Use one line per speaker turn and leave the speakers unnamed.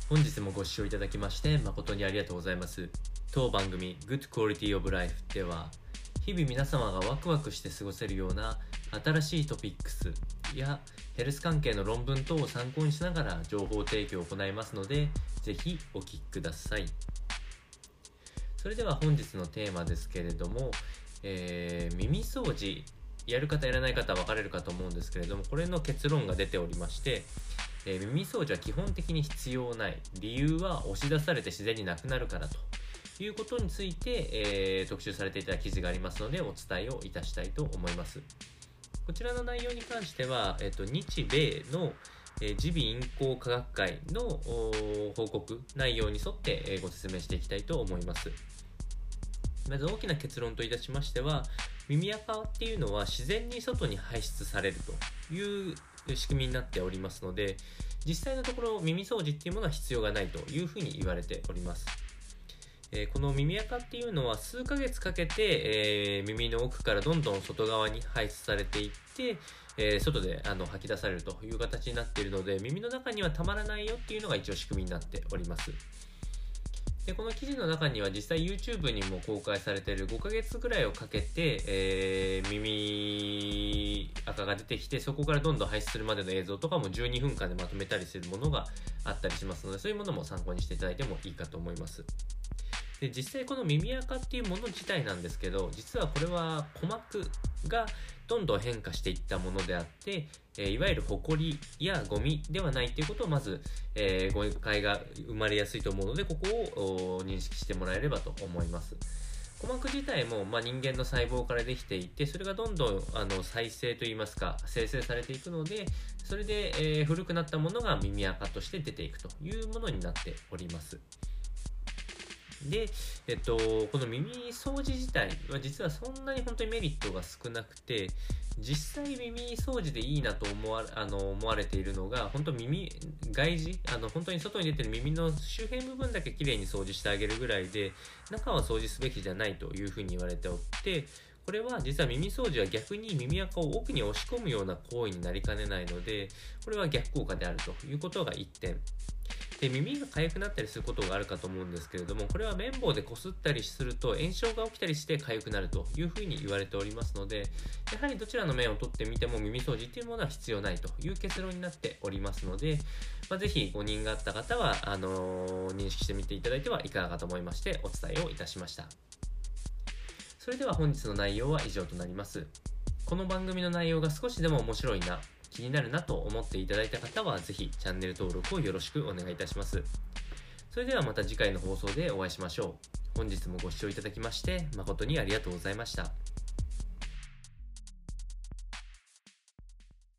本日もご視聴いただきまして誠にありがとうございます。当番組 Good Quality of Life では、日々皆様がワクワクして過ごせるような新しいトピックスやヘルス関係の論文等を参考にしながら情報提供を行いますので、ぜひお聞きください。それでは本日のテーマですけれども、耳掃除やる方やらない方は分かれるかと思うんですけれども、これの結論が出ておりまして、耳掃除は基本的に必要ない、理由は押し出されて自然になくなるからということについて、特集されていた記事がありますのでお伝えをいたしたいと思います。こちらの内容に関しては、日米の耳鼻咽喉科学会の報告内容に沿って、ご説明していきたいと思います。まず大きな結論といたしましては、耳垢っていうのは自然に外に排出されるという仕組みになっておりますので、実際のところ耳掃除っていうものは必要がないというふうに言われております。この耳垢っていうのは数ヶ月かけて、耳の奥からどんどん外側に排出されていって、外で吐き出されるという形になっているので、耳の中にはたまらないよっていうのが一応仕組みになっております。でこの記事の中には実際 YouTube にも公開されている5ヶ月ぐらいをかけて、耳垢が出てきて、そこからどんどん排出するまでの映像とかも12分間でまとめたりするものがあったりしますので、そういうものも参考にしていただいてもいいかと思います。で実際この耳垢っていうもの自体なんですけど、実はこれは鼓膜がどんどん変化していったものであって、いわゆるホコリやゴミではないということをまず、誤解が生まれやすいと思うので、ここを認識してもらえればと思います。鼓膜自体も、人間の細胞からできていて、それがどんどん再生といいますか生成されていくので、それで、古くなったものが耳垢として出ていくというものになっております。で、この耳掃除自体は実はそんなに本当にメリットが少なくて、実際耳掃除でいいなと思われているのが、本当外耳、本当に外に出てる耳の周辺部分だけきれいに掃除してあげるぐらいで、中は掃除すべきじゃないというふうに言われておって、これは実は耳掃除は逆に耳垢を奥に押し込むような行為になりかねないので、これは逆効果であるということが1点。で耳が痒くなったりすることがあるかと思うんですけれども、これは綿棒でこすったりすると炎症が起きたりして痒くなるというふうに言われておりますので、やはりどちらの面を取ってみても耳掃除っていうものは必要ないという結論になっておりますので、ぜひご認があった方は認識してみていただいてはいかがかと思いましてお伝えをいたしました。それでは本日の内容は以上となります。この番組の内容が少しでも面白いな、気になるなと思っていただいた方はぜひチャンネル登録をよろしくお願いいたします。それではまた次回の放送でお会いしましょう。本日もご視聴いただきまして誠にありがとうございました。